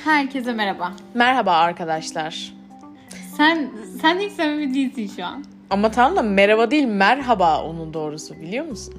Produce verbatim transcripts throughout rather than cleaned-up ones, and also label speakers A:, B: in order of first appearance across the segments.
A: Herkese merhaba.
B: Merhaba arkadaşlar.
A: Sen sen hiç samimi değilsin şu an.
B: Ama tamam da merhaba değil merhaba onun doğrusu, biliyor musun?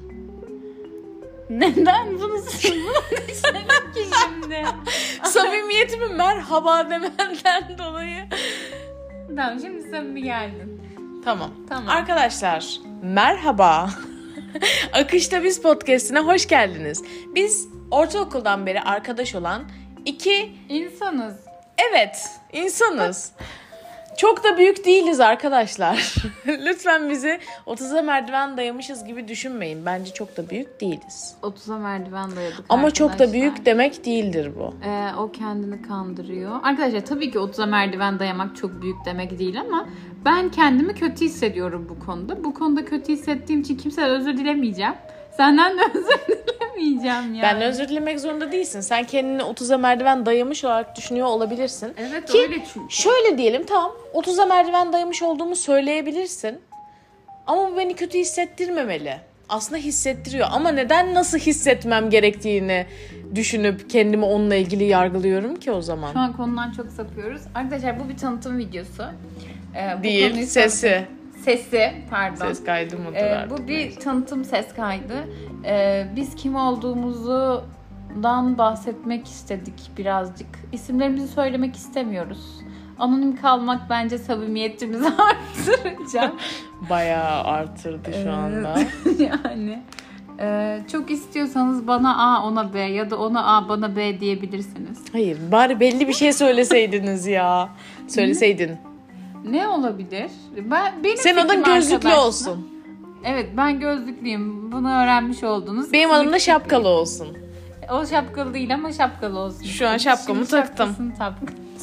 A: Neden bunu söyledin ki şimdi?
B: Samimiyetimi merhaba demenden dolayı.
A: Tamam, şimdi samimi geldin.
B: Tamam.
A: Tamam.
B: Arkadaşlar merhaba. Akışta Biz Podcast'ine hoş geldiniz. Biz ortaokuldan beri arkadaş olan iki...
A: İnsanız.
B: Evet, insanız. Çok da büyük değiliz arkadaşlar. Lütfen bizi otuza merdiven dayamışız gibi düşünmeyin. Bence çok da büyük değiliz.
A: otuza merdiven dayadık.
B: Ama
A: arkadaşlar.
B: çok da büyük demek değildir bu.
A: Ee, o kendini kandırıyor. Arkadaşlar tabii ki otuza merdiven dayamak çok büyük demek değil ama ben kendimi kötü hissediyorum bu konuda. Bu konuda kötü hissettiğim için kimseden özür dilemeyeceğim. Senden de özür dilemeyeceğim yani.
B: Ben özür dilemek zorunda değilsin. Sen kendini otuza merdiven dayamış olarak düşünüyor olabilirsin.
A: Evet,
B: Ki,
A: öyle çünkü.
B: şöyle diyelim, tamam, otuza merdiven dayamış olduğumu söyleyebilirsin. Ama bu beni kötü hissettirmemeli. Aslında hissettiriyor. Ama neden nasıl hissetmem gerektiğini düşünüp kendimi onunla ilgili yargılıyorum ki o zaman?
A: Şu an konudan çok sapıyoruz. Arkadaşlar bu bir tanıtım videosu. Ee, bu
B: Değil,
A: konuyu
B: sesi.
A: tanıtım- Sesi, pardon.
B: Ses kaydı mıdır
A: Ee,
B: artık?
A: bu bir tanıtım ses kaydı. Ee, biz kim olduğumuzdan bahsetmek istedik birazcık. İsimlerimizi söylemek istemiyoruz. Anonim kalmak bence samimiyetimizi artıracak.
B: Bayağı artırdı şu anda.
A: Yani e, çok istiyorsanız bana A ona B ya da ona A bana B diyebilirsiniz.
B: Hayır, bari belli bir şey söyleseydiniz ya. Söyleseydin.
A: Ne olabilir? Ben benim
B: Senin adın
A: fikrim
B: gözlüklü
A: arkadaşlar.
B: olsun.
A: Evet, ben gözlüklüyüm. Bunu öğrenmiş oldunuz.
B: Benim
A: Sizin
B: adım da
A: fikri-
B: şapkalı olsun.
A: O şapkalı değil ama şapkalı olsun.
B: Şu an şapkamı
A: Şimdi
B: taktım.
A: şapkasını tak.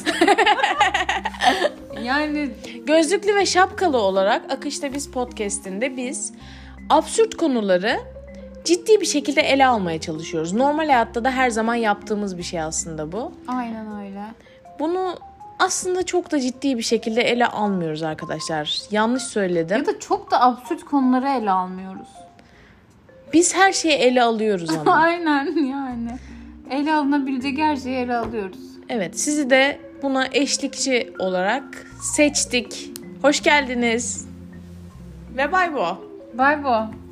A: Yani
B: Gözlüklü ve şapkalı olarak Akışta Biz Podcast'inde biz absürt konuları ciddi bir şekilde ele almaya çalışıyoruz. Normal hayatta da her zaman yaptığımız bir şey aslında bu.
A: aynen öyle.
B: Bunu aslında çok da ciddi bir şekilde ele almıyoruz arkadaşlar. Yanlış söyledim.
A: Ya da çok da absürt konuları ele almıyoruz.
B: Biz her şeyi ele alıyoruz ama.
A: Aynen yani. Ele alınabilecek her şeyi ele alıyoruz.
B: Evet, sizi de buna eşlikçi olarak seçtik. Hoş geldiniz. Ve bay bo.
A: Bye bye.